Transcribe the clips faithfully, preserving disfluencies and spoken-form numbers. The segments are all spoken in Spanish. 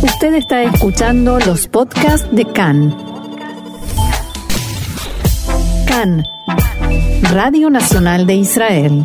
Usted está escuchando los podcasts de C A N. C A N, Radio Nacional de Israel.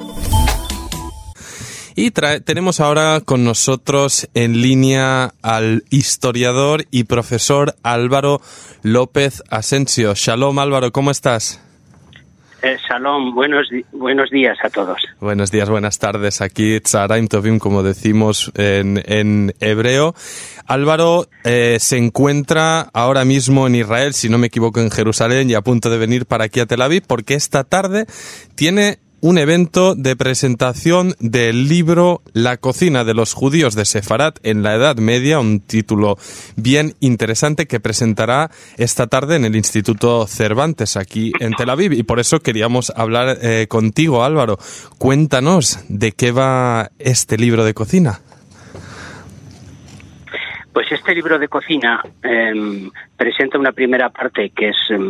Y trae, tenemos ahora con nosotros en línea al historiador y profesor Álvaro López Asensio. Shalom, Álvaro, ¿cómo estás? Eh, shalom, buenos, di- buenos días a todos. Buenos días, buenas tardes. Aquí Tzaraim Tovim, como decimos en, en hebreo. Álvaro eh, se encuentra ahora mismo en Israel, si no me equivoco, en Jerusalén, y a punto de venir para aquí a Tel Aviv, porque esta tarde tiene un evento de presentación del libro La cocina de los judíos de Sefarat en la Edad Media, un título bien interesante que presentará esta tarde en el Instituto Cervantes aquí en Tel Aviv, y por eso queríamos hablar eh, contigo, Álvaro. Cuéntanos de qué va este libro de cocina. Pues este libro de cocina eh, presenta una primera parte que es eh,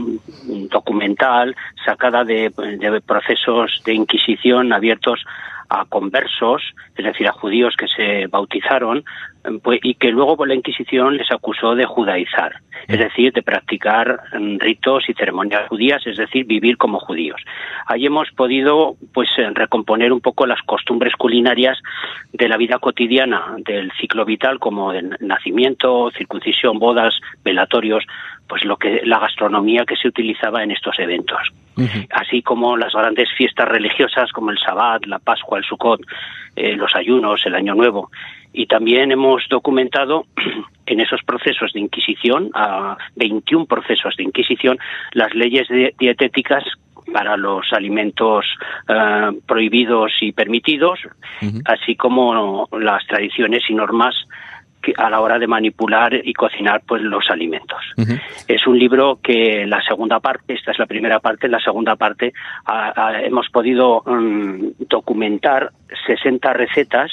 documental, sacada de, de procesos de inquisición abiertos a conversos, es decir, a judíos que se bautizaron, pues, y que luego por la Inquisición les acusó de judaizar, es decir, de practicar ritos y ceremonias judías, es decir, vivir como judíos. Ahí hemos podido pues recomponer un poco las costumbres culinarias de la vida cotidiana, del ciclo vital, como el nacimiento, circuncisión, bodas, velatorios, pues lo que la gastronomía que se utilizaba en estos eventos. Uh-huh. Así como las grandes fiestas religiosas como el Shabbat, la Pascua, el Sukkot, eh, los ayunos, el Año Nuevo. Y también hemos documentado en esos procesos de inquisición, a veintiún procesos de inquisición, las leyes de, dietéticas para los alimentos eh, prohibidos y permitidos, uh-huh. así como las tradiciones y normas que a la hora de manipular y cocinar pues los alimentos. Uh-huh. Es un libro que la segunda parte, esta es la primera parte, en la segunda parte a, a, hemos podido um, documentar sesenta recetas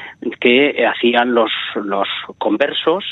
que hacían los, los conversos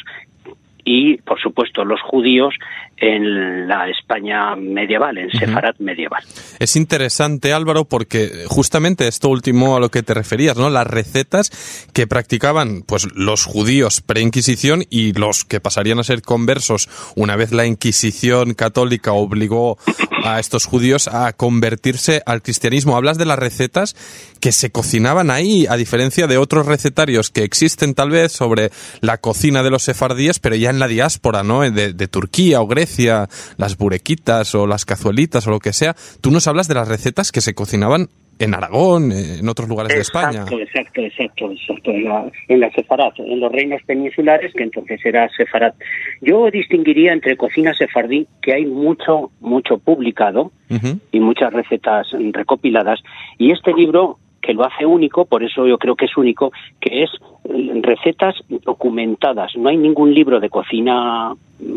y, por supuesto, los judíos en la España medieval, en Sefarat uh-huh. medieval. Es interesante, Álvaro, porque justamente esto último a lo que te referías, ¿no? Las recetas que practicaban pues los judíos pre-Inquisición y los que pasarían a ser conversos una vez la Inquisición católica obligó a estos judíos a convertirse al cristianismo. Hablas de las recetas que se cocinaban ahí, a diferencia de otros recetarios que existen tal vez sobre la cocina de los sefardíes, pero ya en la diáspora, ¿no? De, de Turquía o Grecia, las burequitas o las cazuelitas o lo que sea. Tú nos hablas de las recetas que se cocinaban en Aragón, en otros lugares exacto, de España. Exacto, exacto, exacto. En la, en la Sefarat, en los reinos peninsulares, que entonces era Sefarat. Yo distinguiría entre cocina sefardí, que hay mucho, mucho publicado, uh-huh. y muchas recetas recopiladas, y este libro que lo hace único, por eso yo creo que es único, que es recetas documentadas. No hay ningún libro de cocina,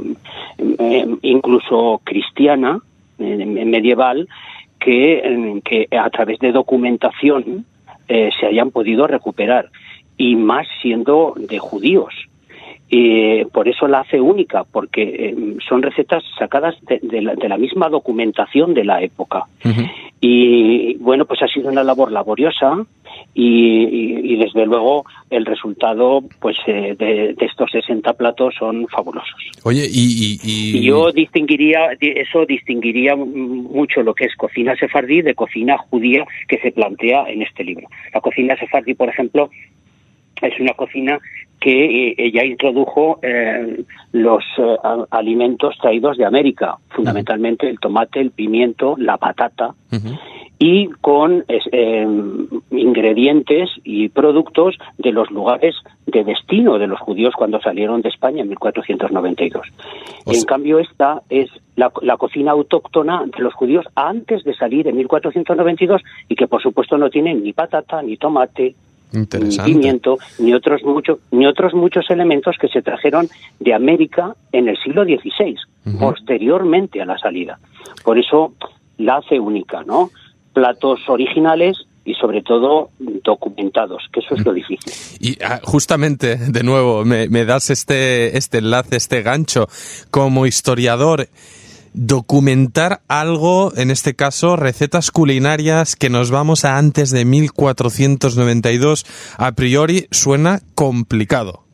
eh, incluso cristiana, eh, medieval, que, que a través de documentación eh, se hayan podido recuperar, y más siendo de judíos. Eh, por eso la hace única, porque eh, son recetas sacadas de, de, la, de la misma documentación de la época. Uh-huh. Y bueno, pues ha sido una labor laboriosa y, y, y desde luego el resultado pues eh, de, de estos sesenta platos son fabulosos. Oye, y, y, y... y yo distinguiría, eso distinguiría mucho lo que es cocina sefardí de cocina judía que se plantea en este libro. La cocina sefardí, por ejemplo, es una cocina que eh, ya introdujo eh, los eh, alimentos traídos de América, fundamentalmente el tomate, el pimiento, la patata, uh-huh. y con eh, ingredientes y productos de los lugares de destino de los judíos cuando salieron de España en mil cuatrocientos noventa y dos. O sea... En cambio, esta es la, la cocina autóctona de los judíos antes de salir en mil cuatrocientos noventa y dos, y que por supuesto no tienen ni patata, ni tomate, ni pimiento, ni otros muchos, ni otros muchos elementos que se trajeron de América en el siglo dieciséis, uh-huh. posteriormente a la salida. Por eso la hace única, ¿no? Platos originales y sobre todo documentados, que eso es lo difícil. Y ah, justamente, de nuevo, me, me das este, este enlace, este gancho. Como historiador, documentar algo, en este caso, recetas culinarias que nos vamos a antes de mil cuatrocientos noventa y dos, a priori suena complicado.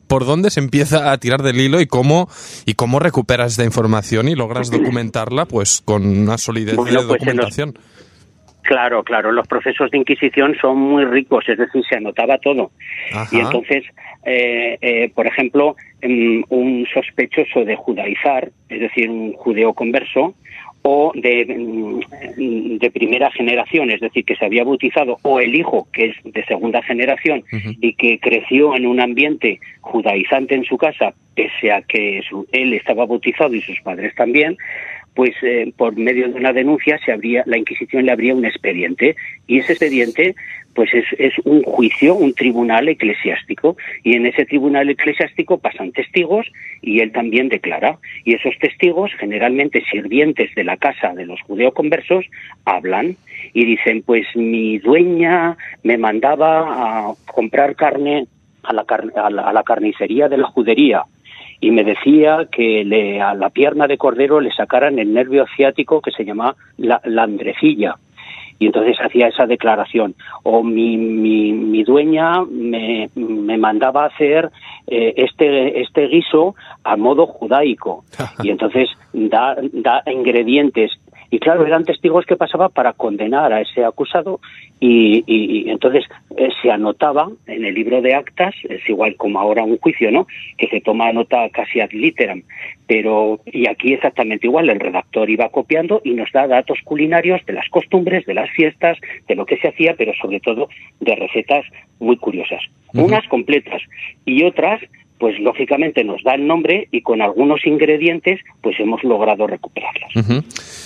por dónde se empieza a tirar del hilo y cómo y cómo recuperas esta información y logras documentarla pues con una solidez bueno, de pues documentación. Claro, claro, los procesos de Inquisición son muy ricos, es decir, se anotaba todo. Ajá. Y entonces, eh, eh, por ejemplo, un sospechoso de judaizar, es decir, un judeo converso, o de, de primera generación, es decir, que se había bautizado, o el hijo, que es de segunda generación, uh-huh. y que creció en un ambiente judaizante en su casa, pese a que su, él estaba bautizado y sus padres también, pues eh, por medio de una denuncia se abría, la Inquisición le abría un expediente, y ese expediente pues es, es un juicio, un tribunal eclesiástico, y en ese tribunal eclesiástico pasan testigos y él también declara, y esos testigos, generalmente sirvientes de la casa de los judeoconversos, hablan y dicen, pues mi dueña me mandaba a comprar carne a la, car- a la, a la carnicería de la judería, y me decía que le, a la pierna de cordero le sacaran el nervio ciático que se llama la, la andrecilla. Y entonces hacía esa declaración. O mi, mi, mi dueña me, me mandaba hacer eh, este, este guiso a modo judaico. Y entonces da, da ingredientes. Y claro, eran testigos que pasaban para condenar a ese acusado y, y, y entonces eh, se anotaba en el libro de actas, es igual como ahora un juicio, ¿no?, que se toma nota casi ad literam, pero y aquí exactamente igual, el redactor iba copiando y nos da datos culinarios de las costumbres, de las fiestas, de lo que se hacía, pero sobre todo de recetas muy curiosas, uh-huh. unas completas y otras pues lógicamente nos da el nombre y con algunos ingredientes pues hemos logrado recuperarlas. Uh-huh.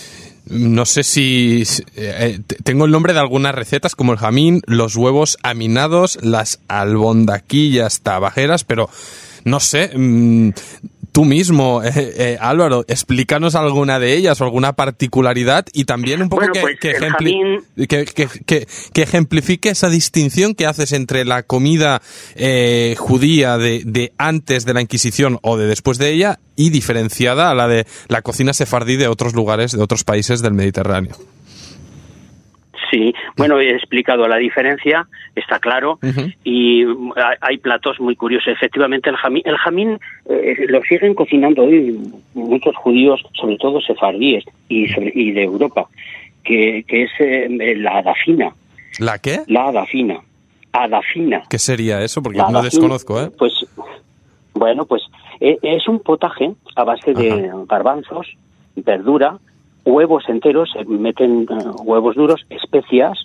No sé si eh, tengo el nombre de algunas recetas como el jamín, los huevos aminados, las albondaquillas tabajeras, pero no sé, mmm, tú mismo, eh, eh, Álvaro, explícanos alguna de ellas o alguna particularidad y también un poco bueno, que, pues que, ejempli- jamín... que, que, que, que ejemplifique esa distinción que haces entre la comida eh, judía de, de antes de la Inquisición o de después de ella y diferenciada a la de la cocina sefardí de otros lugares, de otros países del Mediterráneo. Sí, bueno, he explicado la diferencia, está claro, uh-huh. y hay platos muy curiosos. Efectivamente, el jamín, el jamín eh, lo siguen cocinando hoy muchos judíos, sobre todo sefardíes y, sobre, y de Europa, que, que es eh, la adafina. ¿La qué? La adafina. Adafina. ¿Qué sería eso? Porque la no adafina, desconozco, ¿eh? Pues, bueno, pues eh, es un potaje a base de Ajá. garbanzos, verdura, huevos enteros, se meten uh, huevos duros, especias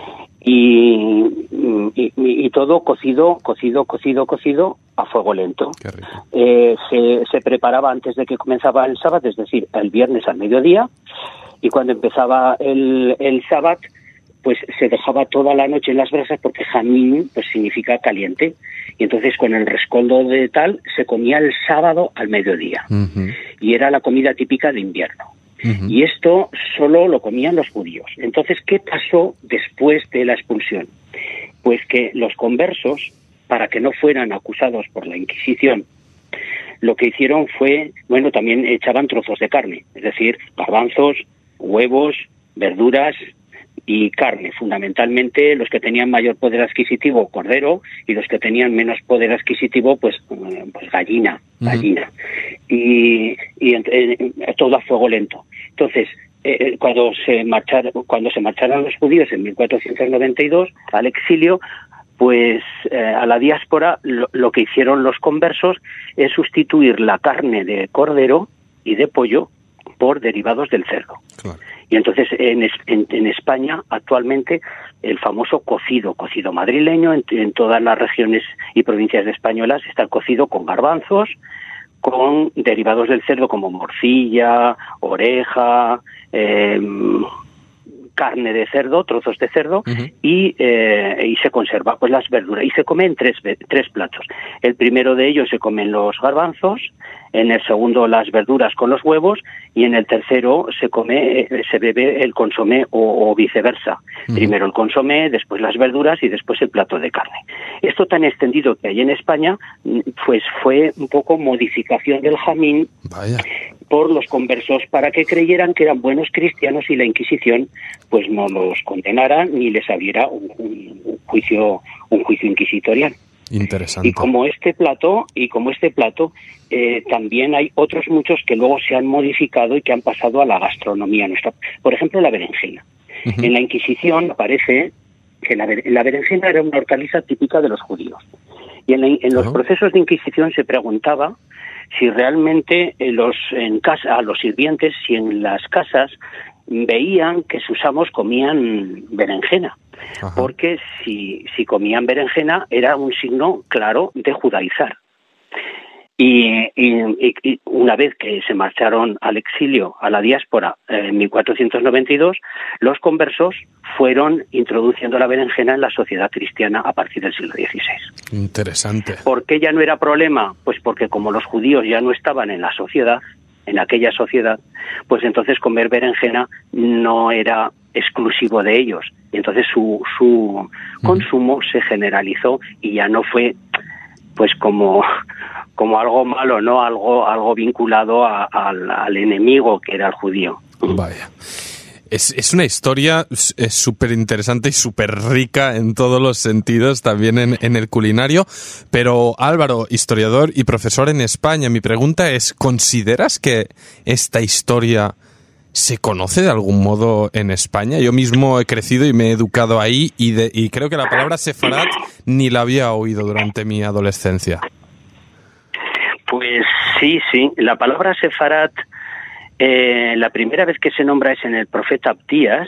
y, y, y todo cocido, cocido, cocido, cocido a fuego lento. Qué rico. Eh, se, se preparaba antes de que comenzaba el sábado, es decir, el viernes al mediodía, y cuando empezaba el, el sábado, pues se dejaba toda la noche en las brasas porque jamín pues significa caliente, y entonces con el rescoldo de tal se comía el sábado al mediodía, uh-huh. y era la comida típica de invierno. Uh-huh. Y esto solo lo comían los judíos. Entonces, ¿qué pasó después de la expulsión? Pues que los conversos, para que no fueran acusados por la Inquisición, lo que hicieron fue, bueno, también echaban trozos de carne, es decir, garbanzos, huevos, verduras y carne, fundamentalmente los que tenían mayor poder adquisitivo, cordero, y los que tenían menos poder adquisitivo, pues, pues gallina, gallina. Uh-huh. Y, y eh, todo a fuego lento. Entonces, eh, cuando se marcharon, cuando se marcharon los judíos en mil cuatrocientos noventa y dos al exilio, pues eh, a la diáspora lo, lo que hicieron los conversos es sustituir la carne de cordero y de pollo por derivados del cerdo. Claro. Y entonces en, en, en España actualmente el famoso cocido, cocido madrileño, en, en todas las regiones y provincias españolas está el cocido con garbanzos, con derivados del cerdo como morcilla, oreja, eh, carne de cerdo, trozos de cerdo, uh-huh. y, eh, y se conserva pues las verduras. Y se comen tres, tres platos. El primero de ellos se comen los garbanzos, en el segundo las verduras con los huevos, y en el tercero se come, se bebe el consomé o, o viceversa. Uh-huh. Primero el consomé, después las verduras y después el plato de carne. Esto tan extendido que hay en España, pues fue un poco modificación del jamín. Vaya. Por los conversos para que creyeran que eran buenos cristianos y la Inquisición pues no los condenara ni les abriera un, un, un juicio un juicio inquisitorial. Interesante. Y como este plato, y como este plato, eh, también hay otros muchos que luego se han modificado y que han pasado a la gastronomía nuestra. Por ejemplo, la berenjena. Uh-huh. En la Inquisición parece que la, la berenjena era una hortaliza típica de los judíos. Y en, la, en los uh-huh. procesos de Inquisición se preguntaba si realmente en los, en casa, a los sirvientes, si en las casas veían que sus amos comían berenjena. Ajá. Porque si, si comían berenjena era un signo claro de judaizar. Y, y, y una vez que se marcharon al exilio, a la diáspora, en mil cuatrocientos noventa y dos, los conversos fueron introduciendo la berenjena en la sociedad cristiana a partir del siglo dieciséis. Interesante. ¿Por qué ya no era problema? Pues porque como los judíos ya no estaban en la sociedad, en aquella sociedad, pues entonces comer berenjena no era exclusivo de ellos. Y entonces su, su consumo uh-huh. se generalizó y ya no fue pues como, como algo malo, ¿no? Algo, algo vinculado a, a, al enemigo que era el judío. Vaya. Es, es una historia súper interesante y súper rica en todos los sentidos, también en, en el culinario. Pero Álvaro, historiador y profesor en España, mi pregunta es, ¿consideras que esta historia se conoce de algún modo en España? Yo mismo he crecido y me he educado ahí y, de, y creo que la palabra sefarat ni la había oído durante mi adolescencia. Pues sí, sí. La palabra sefarat, eh, la primera vez que se nombra es en el profeta Abdías,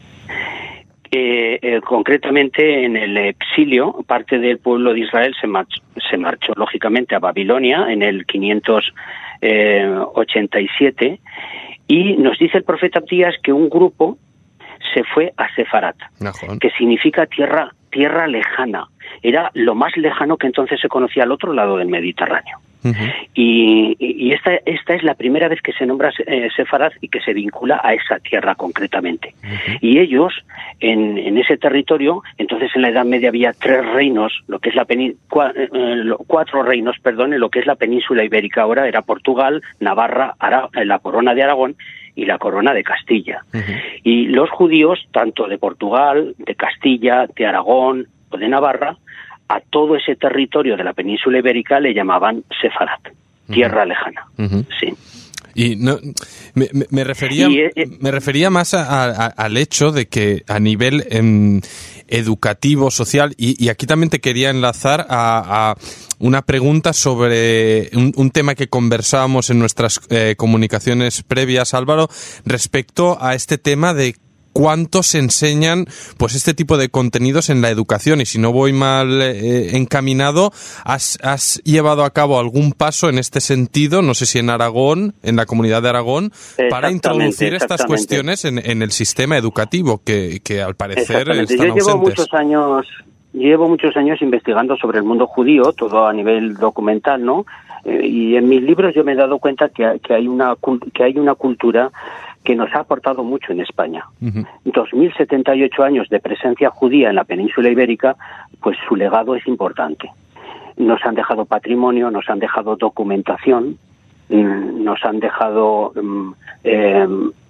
eh, eh, concretamente en el exilio. Parte del pueblo de Israel se marchó, se marchó lógicamente a Babilonia en el quinientos ochenta y siete. Y nos dice el profeta Abdías que un grupo se fue a Sefarat, Ajón. que significa tierra tierra lejana. Era lo más lejano que entonces se conocía al otro lado del Mediterráneo. Uh-huh. Y, y esta, esta es la primera vez que se nombra eh, Sefarat y que se vincula a esa tierra concretamente. Uh-huh. Y ellos, en, en ese territorio, entonces en la Edad Media había tres reinos, lo que es la penín, cua, eh, cuatro reinos, perdón, en lo que es la península ibérica ahora era Portugal, Navarra, Ara, la corona de Aragón y la corona de Castilla. Uh-huh. Y los judíos, tanto de Portugal, de Castilla, de Aragón o de Navarra, a todo ese territorio de la península ibérica le llamaban Sefarat, tierra uh-huh. lejana. Uh-huh. Sí. Y no, me, me refería y, eh, me refería más a, a, al hecho de que a nivel eh, educativo, social, y, y aquí también te quería enlazar a, a una pregunta sobre un, un tema que conversábamos en nuestras eh, comunicaciones previas, Álvaro, respecto a este tema de cuánto se enseñan pues este tipo de contenidos en la educación. Y si no voy mal eh, encaminado, has, has llevado a cabo algún paso en este sentido, no sé si en Aragón, en la comunidad de Aragón, para introducir estas cuestiones en, en el sistema educativo, que, que al parecer están Yo llevo ausentes. Muchos años, llevo muchos años investigando sobre el mundo judío, todo a nivel documental, ¿no? Eh, y en mis libros yo me he dado cuenta que, que hay una que hay una cultura que nos ha aportado mucho en España. Uh-huh. dos mil setenta y ocho años de presencia judía en la península ibérica, pues su legado es importante. Nos han dejado patrimonio, nos han dejado documentación, nos han dejado eh,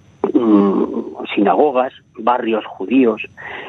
sinagogas, barrios judíos.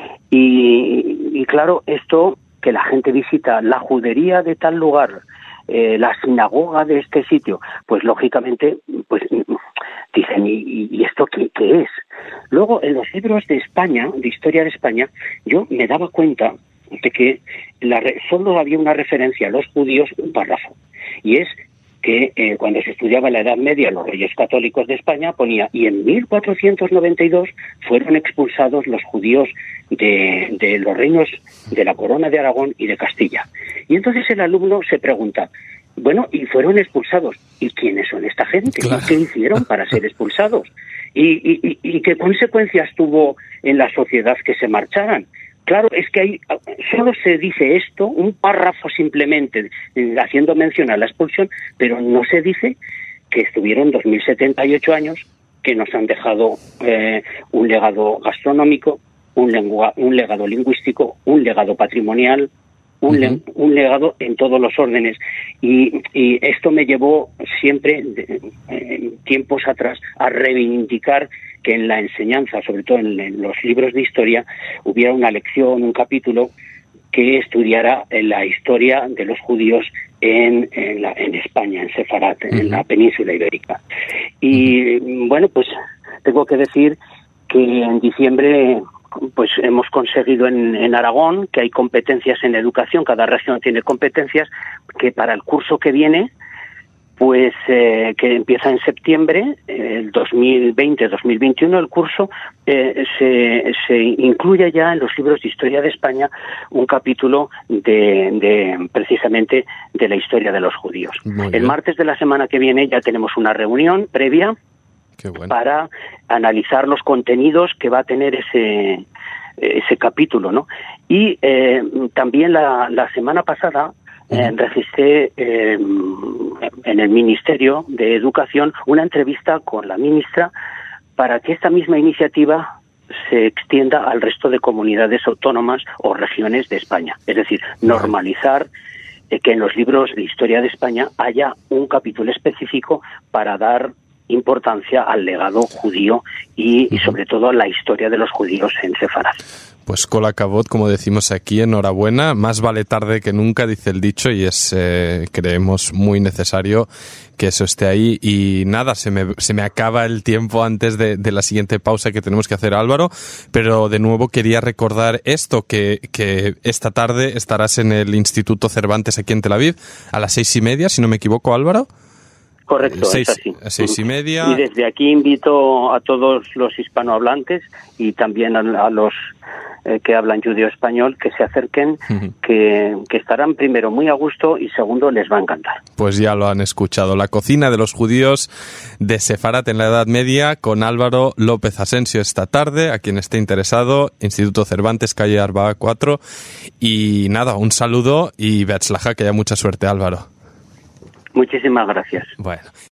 Y, y claro, esto que la gente visita, la judería de tal lugar, eh, la sinagoga de este sitio, pues lógicamente, pues dicen, ¿y, y esto qué, qué es? Luego, en los libros de España, de historia de España, yo me daba cuenta de que la, solo había una referencia a los judíos, un párrafo, y es que eh, cuando se estudiaba la Edad Media, los reyes católicos de España ponía, y en mil cuatrocientos noventa y dos fueron expulsados los judíos de, de los reinos de la corona de Aragón y de Castilla. Y entonces el alumno se pregunta, bueno, y fueron expulsados, ¿y quiénes son esta gente? Claro. ¿Qué hicieron para ser expulsados? ¿Y, y, y qué consecuencias tuvo en la sociedad que se marcharan? Claro, es que hay, solo se dice esto, un párrafo simplemente, haciendo mención a la expulsión, pero no se dice que estuvieron dos mil setenta y ocho años, que nos han dejado eh, un legado gastronómico, un, lengua, un legado lingüístico, un legado patrimonial, un, uh-huh. le, un legado en todos los órdenes. Y, y esto me llevó siempre, de, eh, tiempos atrás, a reivindicar que en la enseñanza, sobre todo en, en los libros de historia, hubiera una lección, un capítulo que estudiara la historia de los judíos en, en, la, en España, en Sefarat, uh-huh. en la península ibérica. Y uh-huh. bueno, pues tengo que decir que en diciembre pues hemos conseguido en, en Aragón que hay competencias en educación, cada región tiene competencias, que para el curso que viene, pues eh, que empieza en septiembre, el dos mil veinte dos mil veintiuno, el curso eh, se, se incluye ya en los libros de historia de España un capítulo de, de precisamente de la historia de los judíos. El martes de la semana que viene ya tenemos una reunión previa. Qué bueno. Para analizar los contenidos que va a tener ese ese capítulo, ¿no? Y eh, también la, la semana pasada Eh, registré eh, en el Ministerio de Educación una entrevista con la ministra para que esta misma iniciativa se extienda al resto de comunidades autónomas o regiones de España. Es decir, normalizar eh, que en los libros de historia de España haya un capítulo específico para dar importancia al legado judío y, y sobre todo a la historia de los judíos en Sefarat. Pues Kol Hakavod, como decimos aquí, enhorabuena. Más vale tarde que nunca, dice el dicho, y es, eh, creemos, muy necesario que eso esté ahí. Y nada, se me, se me acaba el tiempo antes de, de la siguiente pausa que tenemos que hacer, Álvaro. Pero de nuevo quería recordar esto, que, que esta tarde estarás en el Instituto Cervantes aquí en Tel Aviv a las seis y media, si no me equivoco, Álvaro. Correcto, seis, es así. Seis y media. Y desde aquí invito a todos los hispanohablantes y también a, a los eh, que hablan judío-español que se acerquen, uh-huh. que, que estarán primero muy a gusto y segundo les va a encantar. Pues ya lo han escuchado. La cocina de los judíos de Sefarat en la Edad Media con Álvaro López Asensio esta tarde, a quien esté interesado, Instituto Cervantes, calle Arba'a cuatro. Y nada, un saludo y beatzlajá, que haya mucha suerte, Álvaro. Muchísimas gracias. Bueno.